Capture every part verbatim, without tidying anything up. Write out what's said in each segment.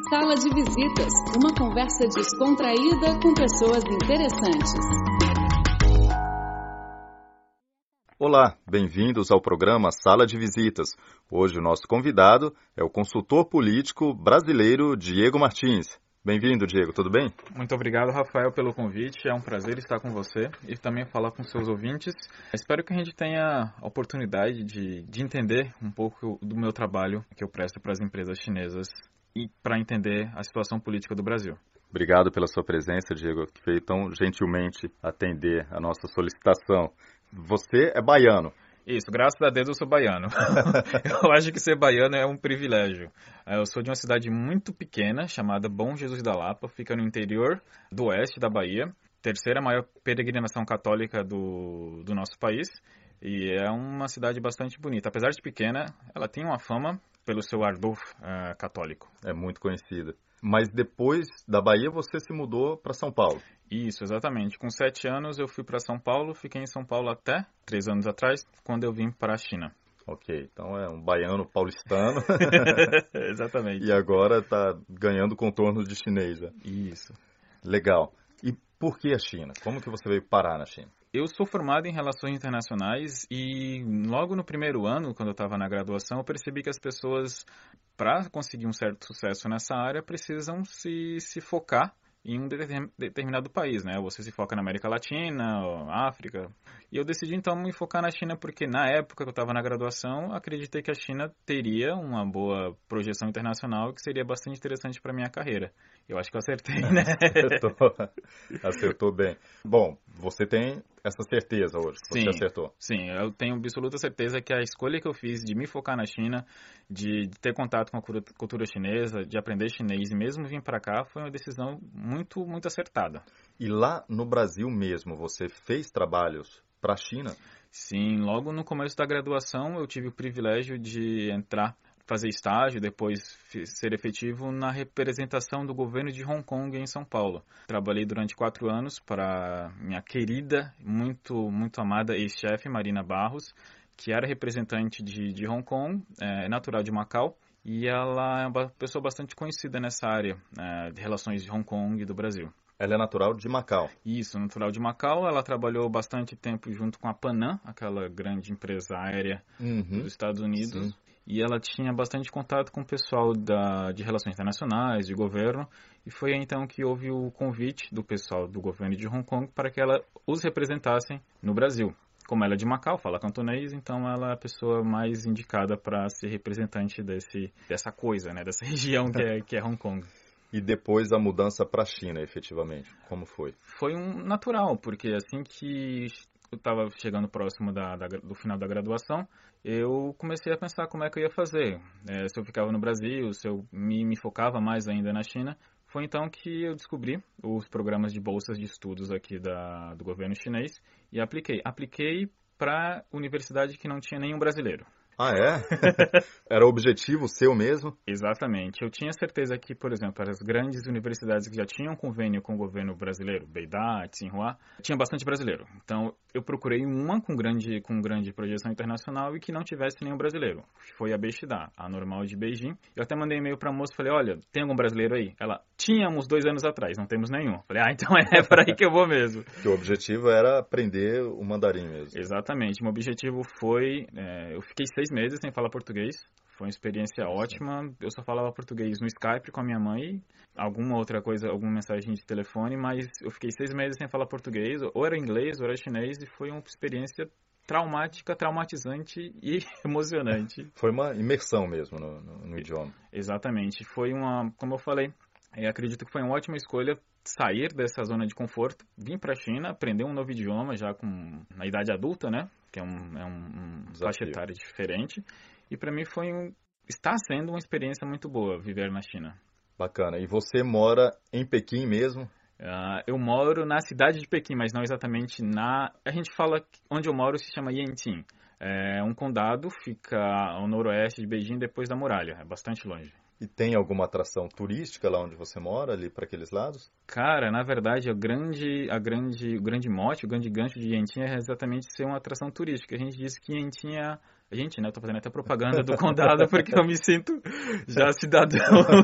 Sala de Visitas, uma conversa descontraída com pessoas interessantes. Olá, bem-vindos ao programa Sala de Visitas. Hoje o nosso convidado é o consultor político brasileiro Diego Martins. Bem-vindo, Diego, tudo bem? Muito obrigado, Rafael, pelo convite. É um prazer estar com você e também falar com seus ouvintes. Espero que a gente tenha a oportunidade de, de entender um pouco do meu trabalho que eu presto para as empresas chinesas e para entender a situação política do Brasil. Obrigado pela sua presença, Diego, que veio tão gentilmente atender a nossa solicitação. Você é baiano. Isso, graças a Deus eu sou baiano. Eu acho que ser baiano é um privilégio. Eu sou de uma cidade muito pequena, chamada Bom Jesus da Lapa, fica no interior do oeste da Bahia, terceira maior peregrinação católica do, do nosso país, e é uma cidade bastante bonita. Apesar de pequena, ela tem uma fama pelo seu ardor uh, católico. É muito conhecida. Mas depois da Bahia você se mudou para São Paulo. Isso, exatamente. Com sete anos eu fui para São Paulo, fiquei em São Paulo até três anos atrás, quando eu vim para a China. Ok, então é um baiano paulistano. Exatamente. E agora está ganhando contornos de chinês. Né? Isso. Legal. E por que a China? Como que você veio parar na China? Eu sou formado em Relações Internacionais e logo no primeiro ano, quando eu estava na graduação, eu percebi que as pessoas, para conseguir um certo sucesso nessa área, precisam se, se focar em um determinado país, né? Você se foca na América Latina, África. E eu decidi, então, me focar na China porque, na época que eu estava na graduação, acreditei que a China teria uma boa projeção internacional que seria bastante interessante para a minha carreira. Eu acho que eu acertei, né? Acertou. Acertou bem. Bom, você tem essa certeza hoje, que sim, você acertou. Sim, eu tenho absoluta certeza que a escolha que eu fiz de me focar na China, de, de ter contato com a cultura chinesa, de aprender chinês e mesmo vir para cá, foi uma decisão muito, muito acertada. E lá no Brasil mesmo, você fez trabalhos para a China? Sim, logo no começo da graduação eu tive o privilégio de entrar, fazer estágio, depois ser efetivo na representação do governo de Hong Kong em São Paulo. Trabalhei durante quatro anos para minha querida, muito, muito amada ex-chefe Marina Barros, que era representante de, de Hong Kong, é, natural de Macau, e ela é uma pessoa bastante conhecida nessa área é, de relações de Hong Kong e do Brasil. Ela é natural de Macau. Isso, natural de Macau. Ela trabalhou bastante tempo junto com a Panam, aquela grande empresa aérea uhum. dos Estados Unidos. Sim. E ela tinha bastante contato com o pessoal da, de relações internacionais, de governo. E foi aí, então, que houve o convite do pessoal do governo de Hong Kong para que ela os representassem no Brasil. Como ela é de Macau, fala cantonês, então ela é a pessoa mais indicada para ser representante desse, dessa coisa, né? Dessa região que é, que é Hong Kong. E depois a mudança para a China, efetivamente, como foi? Foi um natural, porque assim que eu estava chegando próximo da, da, do final da graduação, eu comecei a pensar como é que eu ia fazer. É, se eu ficava no Brasil, se eu me, me focava mais ainda na China. Foi então que eu descobri os programas de bolsas de estudos aqui da, do governo chinês e apliquei. Apliquei para universidade que não tinha nenhum brasileiro. Ah, é? Era o objetivo seu mesmo? Exatamente. Eu tinha certeza que, por exemplo, as grandes universidades que já tinham convênio com o governo brasileiro, Beida, Tsinghua, tinha bastante brasileiro. Então, eu procurei uma com grande, com grande projeção internacional e que não tivesse nenhum brasileiro. Foi a Beida, a normal de Beijing. Eu até mandei e-mail para a moça e falei, olha, tem algum brasileiro aí? Ela, tínhamos dois anos atrás, não temos nenhum. Falei, ah, então é para aí que eu vou mesmo. Que o objetivo era aprender o mandarim mesmo. Exatamente. Meu objetivo foi, é, eu fiquei seis meses sem falar português. Foi uma experiência ótima. Eu só falava português no Skype com a minha mãe, alguma outra coisa, alguma mensagem de telefone, mas eu fiquei seis meses sem falar português, ou era inglês, ou era chinês, e foi uma experiência traumática, traumatizante e emocionante. Foi uma imersão mesmo no, no, no idioma. Exatamente. Foi uma, como eu falei, eu acredito que foi uma ótima escolha sair dessa zona de conforto, vir para a China, aprender um novo idioma já com na idade adulta, né? Que é um, é um, um faixa etária diferente. E para mim foi um, está sendo uma experiência muito boa viver na China. Bacana. E você mora em Pequim mesmo? Uh, eu moro na cidade de Pequim, mas não exatamente na... A gente fala que onde eu moro se chama Yanqing. É um condado, fica ao noroeste de Beijing, depois da muralha. É bastante longe. E tem alguma atração turística lá onde você mora, ali para aqueles lados? Cara, na verdade, a grande, a grande, o grande mote, o grande gancho de Yanqing é exatamente ser uma atração turística. A gente diz que Yanqing é A gente, né? Eu tô fazendo até propaganda do condado porque eu me sinto já cidadão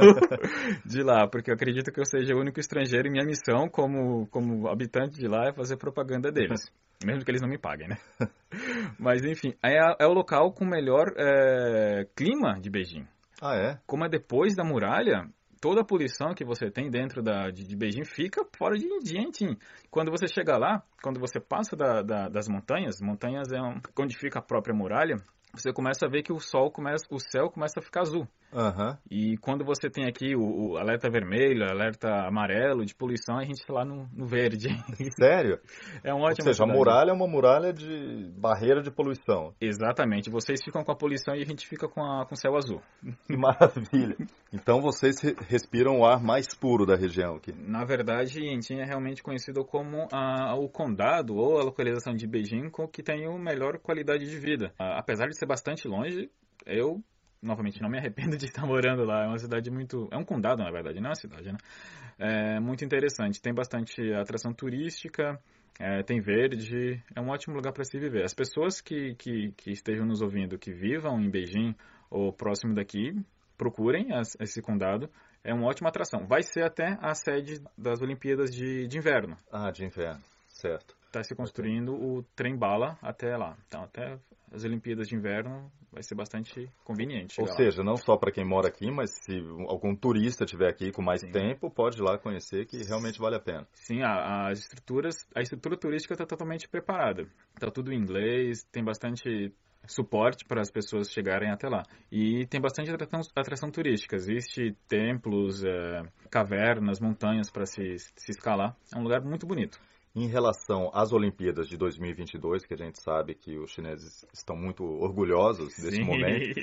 de lá, porque eu acredito que eu seja o único estrangeiro e minha missão como, como habitante de lá é fazer propaganda deles, mesmo que eles não me paguem, né? Mas, enfim, é, é o local com o melhor é, clima de Beijing. Ah, é? Como é depois da muralha, toda a poluição que você tem dentro da, de, de Beijing fica fora de Jianqing. Quando você chega lá, quando você passa da, da, das montanhas, montanhas é um, onde fica a própria muralha, você começa a ver que o sol começa, o céu começa a ficar azul. Uhum. E quando você tem aqui o, o alerta vermelho, alerta amarelo de poluição, a gente está lá no, no verde. Sério? É um ótimo. Ou seja, cidade. A muralha é uma muralha de barreira de poluição. Exatamente. Vocês ficam com a poluição e a gente fica com, a, com o céu azul. Que maravilha. Então vocês respiram o ar mais puro da região aqui. Na verdade, Yanqing é realmente conhecido como a, o condado ou a localização de Beijing que tem a melhor qualidade de vida. A, apesar de ser bastante longe, eu... novamente, não me arrependo de estar morando lá. É uma cidade muito... É um condado, na verdade, não é uma cidade, né? É muito interessante. Tem bastante atração turística, é, tem verde. É um ótimo lugar para se viver. As pessoas que, que, que estejam nos ouvindo, que vivam em Beijing ou próximo daqui, procurem as, esse condado. É uma ótima atração. Vai ser até a sede das Olimpíadas de, de Inverno. Ah, de inverno. Certo. Está se construindo okay. o trem-bala até lá. Então, até as Olimpíadas de Inverno vai ser bastante conveniente. Ou seja, lá. Não só para quem mora aqui, mas se algum turista estiver aqui com mais Sim. tempo, pode ir lá conhecer, que realmente vale a pena. Sim, a, as estruturas, a estrutura turística está totalmente preparada. Está tudo em inglês, tem bastante suporte para as pessoas chegarem até lá. E tem bastante atração, atração turística. Existe templos, é, cavernas, montanhas para se, se escalar. É um lugar muito bonito. Em relação às Olimpíadas de dois mil e vinte e dois, que a gente sabe que os chineses estão muito orgulhosos desse Sim. momento,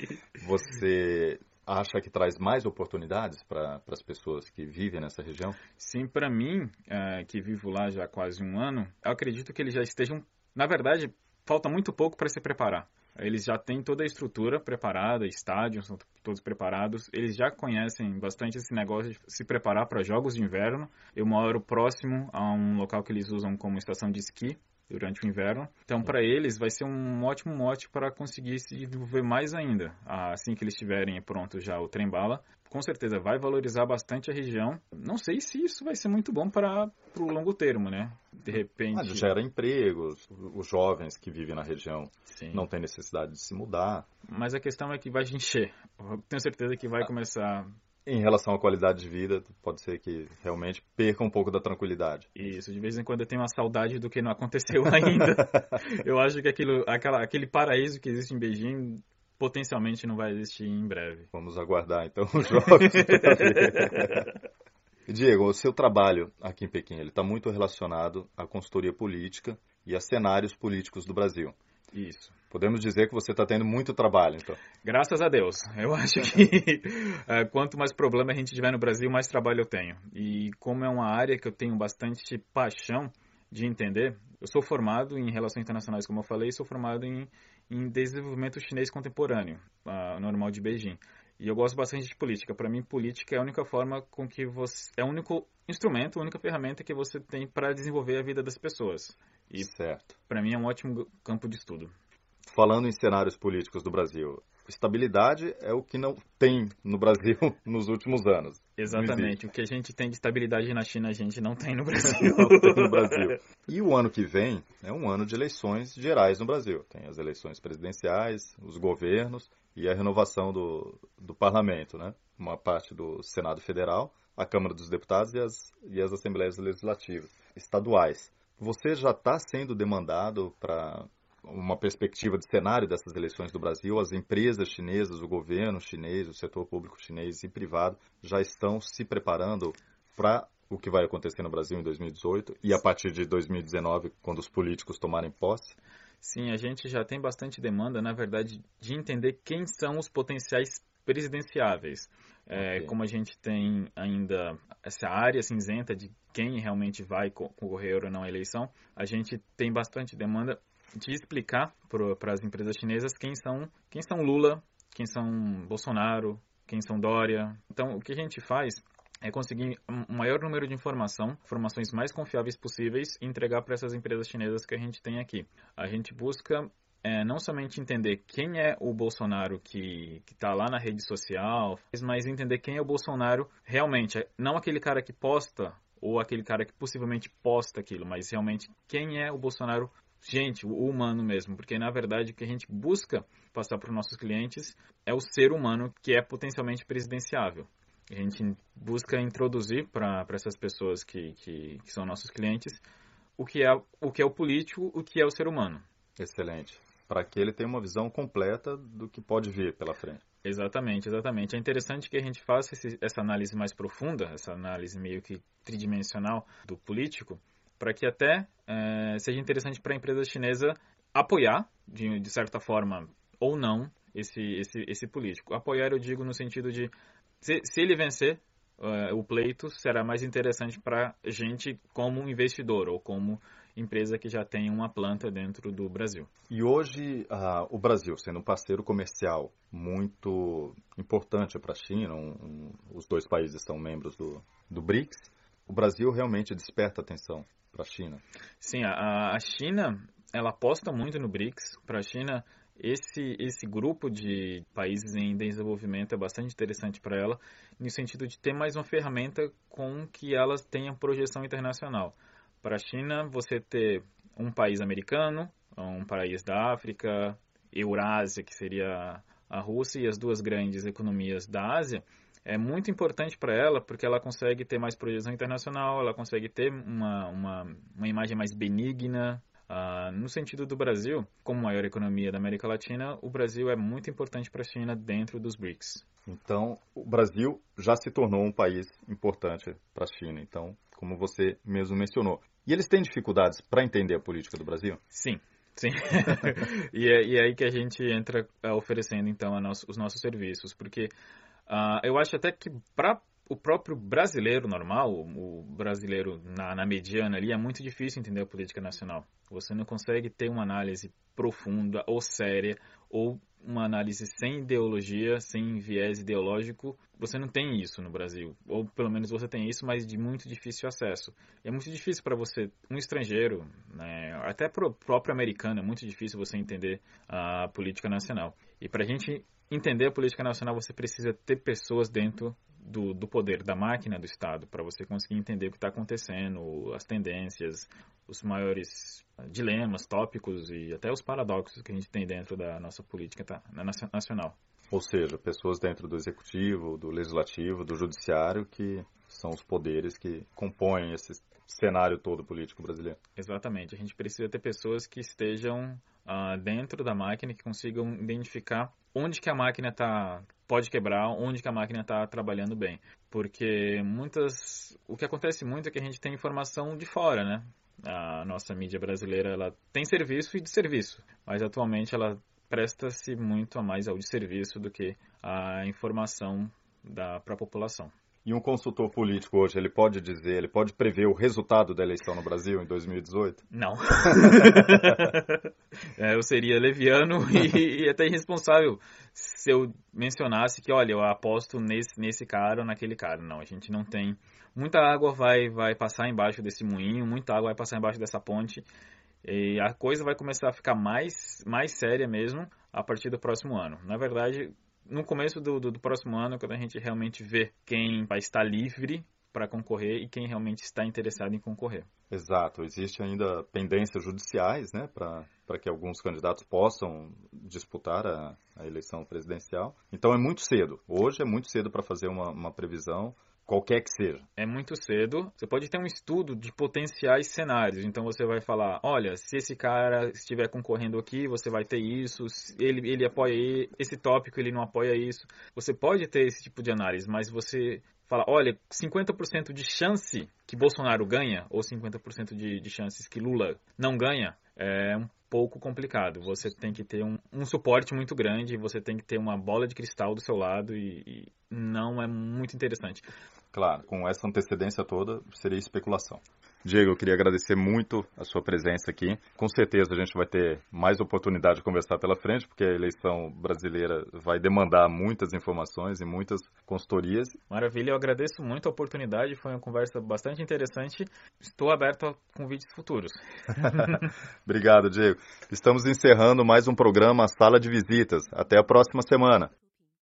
você acha que traz mais oportunidades para as pessoas que vivem nessa região? Sim, para mim, é, que vivo lá já há quase um ano, eu acredito que eles já estejam... Na verdade, falta muito pouco para se preparar. Eles já têm toda a estrutura preparada, estádios são todos preparados. Eles já conhecem bastante esse negócio de se preparar para jogos de inverno. Eu moro próximo a um local que eles usam como estação de esqui durante o inverno. Então, para eles, vai ser um ótimo mote para conseguir se desenvolver mais ainda. Assim que eles tiverem pronto já o trem-bala, com certeza vai valorizar bastante a região. Não sei se isso vai ser muito bom para o longo termo, né? De repente... Mas gera empregos, os jovens que vivem na região Sim. não têm necessidade de se mudar. Mas a questão é que vai encher. Eu tenho certeza que vai ah. começar... Em relação à qualidade de vida, pode ser que realmente perca um pouco da tranquilidade. Isso, de vez em quando eu tenho uma saudade do que não aconteceu ainda. Eu acho que aquilo, aquela, aquele paraíso que existe em Beijing potencialmente não vai existir em breve. Vamos aguardar então os jogos para ver. Diego, o seu trabalho aqui em Pequim, ele está muito relacionado à consultoria política e a cenários políticos do Brasil. Isso. Podemos dizer que você está tendo muito trabalho, então. Graças a Deus. Eu acho que uh, quanto mais problema a gente tiver no Brasil, mais trabalho eu tenho. E como é uma área que eu tenho bastante paixão de entender, eu sou formado em Relações Internacionais, como eu falei, e sou formado em, em Desenvolvimento Chinês Contemporâneo, uh, normal de Beijing. E eu gosto bastante de política. Para mim, política é a única forma com que você... É o único instrumento, a única ferramenta que você tem para desenvolver a vida das pessoas. E, certo. Para mim, é um ótimo campo de estudo. Falando em cenários políticos do Brasil, estabilidade é o que não tem no Brasil nos últimos anos. Exatamente. O que a gente tem de estabilidade na China, a gente não tem no Brasil. Não tem no Brasil. E o ano que vem é um ano de eleições gerais no Brasil. Tem as eleições presidenciais, os governos e a renovação do, do parlamento, né? Uma parte do Senado Federal, a Câmara dos Deputados e as, e as Assembleias Legislativas estaduais. Você já está sendo demandado para... uma perspectiva de cenário dessas eleições do Brasil, as empresas chinesas, o governo chinês, o setor público chinês e privado já estão se preparando para o que vai acontecer no Brasil em dois mil e dezoito e a partir de dois mil e dezenove, quando os políticos tomarem posse? Sim, a gente já tem bastante demanda, na verdade, de entender quem são os potenciais presidenciáveis. É, okay. Como a gente tem ainda essa área cinzenta de quem realmente vai concorrer ou não à eleição, a gente tem bastante demanda de explicar para as empresas chinesas quem são, quem são Lula, quem são Bolsonaro, quem são Dória. Então, o que a gente faz é conseguir um maior número de informação, informações mais confiáveis possíveis e entregar para essas empresas chinesas que a gente tem aqui. A gente busca é não somente entender quem é o Bolsonaro que está lá na rede social, mas entender quem é o Bolsonaro realmente. Não aquele cara que posta ou aquele cara que possivelmente posta aquilo, mas realmente quem é o Bolsonaro, gente, o humano mesmo. Porque, na verdade, o que a gente busca passar para os nossos clientes é o ser humano que é potencialmente presidenciável. A gente busca introduzir para essas pessoas que, que, que são nossos clientes o que, é, o que é o político, o que é o ser humano. Excelente. Para que ele tenha uma visão completa do que pode vir pela frente. Exatamente, exatamente. É interessante que a gente faça esse, essa análise mais profunda, essa análise meio que tridimensional do político, para que até é, seja interessante para a empresa chinesa apoiar, de, de certa forma, ou não, esse, esse, esse político. Apoiar, eu digo, no sentido de, se, se ele vencer uh, o pleito, será mais interessante para a gente como investidor ou como empresa que já tem uma planta dentro do Brasil. E hoje, uh, o Brasil, sendo um parceiro comercial muito importante para a China, um, um, os dois países são membros do, do BRICS, o Brasil realmente desperta atenção para a China? Sim, a, a China, ela aposta muito no BRICS. Para a China, esse, esse grupo de países em desenvolvimento é bastante interessante para ela, no sentido de ter mais uma ferramenta com que elas tenham projeção internacional. Para a China, você ter um país americano, um país da África, Eurásia, que seria a Rússia, e as duas grandes economias da Ásia, é muito importante para ela, porque ela consegue ter mais projeção internacional, ela consegue ter uma, uma, uma imagem mais benigna. Uh, no sentido do Brasil, como maior economia da América Latina, o Brasil é muito importante para a China dentro dos BRICS. Então, o Brasil já se tornou um país importante para a China, então, como você mesmo mencionou. E eles têm dificuldades para entender a política do Brasil? Sim, sim. e, é, e é aí que a gente entra uh, oferecendo, então, a nosso, os nossos serviços, porque uh, eu acho até que para o próprio brasileiro normal, o brasileiro na, na mediana ali, é muito difícil entender a política nacional. Você não consegue ter uma análise profunda ou séria, ou uma análise sem ideologia, sem viés ideológico. Você não tem isso no Brasil. Ou pelo menos você tem isso, mas de muito difícil acesso. E é muito difícil para você, um estrangeiro, né, até para o próprio americano, é muito difícil você entender a política nacional. E para a gente entender a política nacional, você precisa ter pessoas dentro Do, do poder da máquina do Estado, para você conseguir entender o que está acontecendo, as tendências, os maiores dilemas, tópicos e até os paradoxos que a gente tem dentro da nossa política tá, nacional. Ou seja, pessoas dentro do executivo, do legislativo, do judiciário, que são os poderes que compõem esse cenário todo político brasileiro. Exatamente. A gente precisa ter pessoas que estejam uh, dentro da máquina, que consigam identificar onde que a máquina tá, pode quebrar, onde que a máquina está trabalhando bem. Porque muitas, o que acontece muito é que a gente tem informação de fora, né? A nossa mídia brasileira, ela tem serviço e de serviço, mas atualmente ela presta-se muito a mais ao de serviço do que a informação para a população. E um consultor político hoje, ele pode dizer, ele pode prever o resultado da eleição no Brasil em dois mil e dezoito? Não. é, eu seria leviano e, e até irresponsável se eu mencionasse que, olha, eu aposto nesse, nesse cara ou naquele cara. Não, a gente não tem. Muita água vai, vai passar embaixo desse moinho, muita água vai passar embaixo dessa ponte. E a coisa vai começar a ficar mais, mais séria mesmo a partir do próximo ano. Na verdade, no começo do, do, do próximo ano, quando a gente realmente vê quem vai estar livre para concorrer e quem realmente está interessado em concorrer. Exato. Existem ainda pendências judiciais, né, para que alguns candidatos possam disputar a, a eleição presidencial. Então é muito cedo. Hoje é muito cedo para fazer uma, uma previsão, qualquer que seja. É muito cedo. Você pode ter um estudo de potenciais cenários. Então você vai falar, olha, se esse cara estiver concorrendo aqui, você vai ter isso. Ele, ele apoia esse tópico, ele não apoia isso. Você pode ter esse tipo de análise, mas você fala, olha, cinquenta por cento de chance que Bolsonaro ganha ou cinquenta por cento de, de chances que Lula não ganha, é um pouco complicado. Você tem que ter um, um suporte muito grande, você tem que ter uma bola de cristal do seu lado e, e não é muito interessante. Claro, com essa antecedência toda, seria especulação. Diego, eu queria agradecer muito a sua presença aqui. Com certeza a gente vai ter mais oportunidade de conversar pela frente, porque a eleição brasileira vai demandar muitas informações e muitas consultorias. Maravilha, eu agradeço muito a oportunidade, foi uma conversa bastante interessante. Estou aberto a convites futuros. Obrigado, Diego. Estamos encerrando mais um programa Sala de Visitas. Até a próxima semana.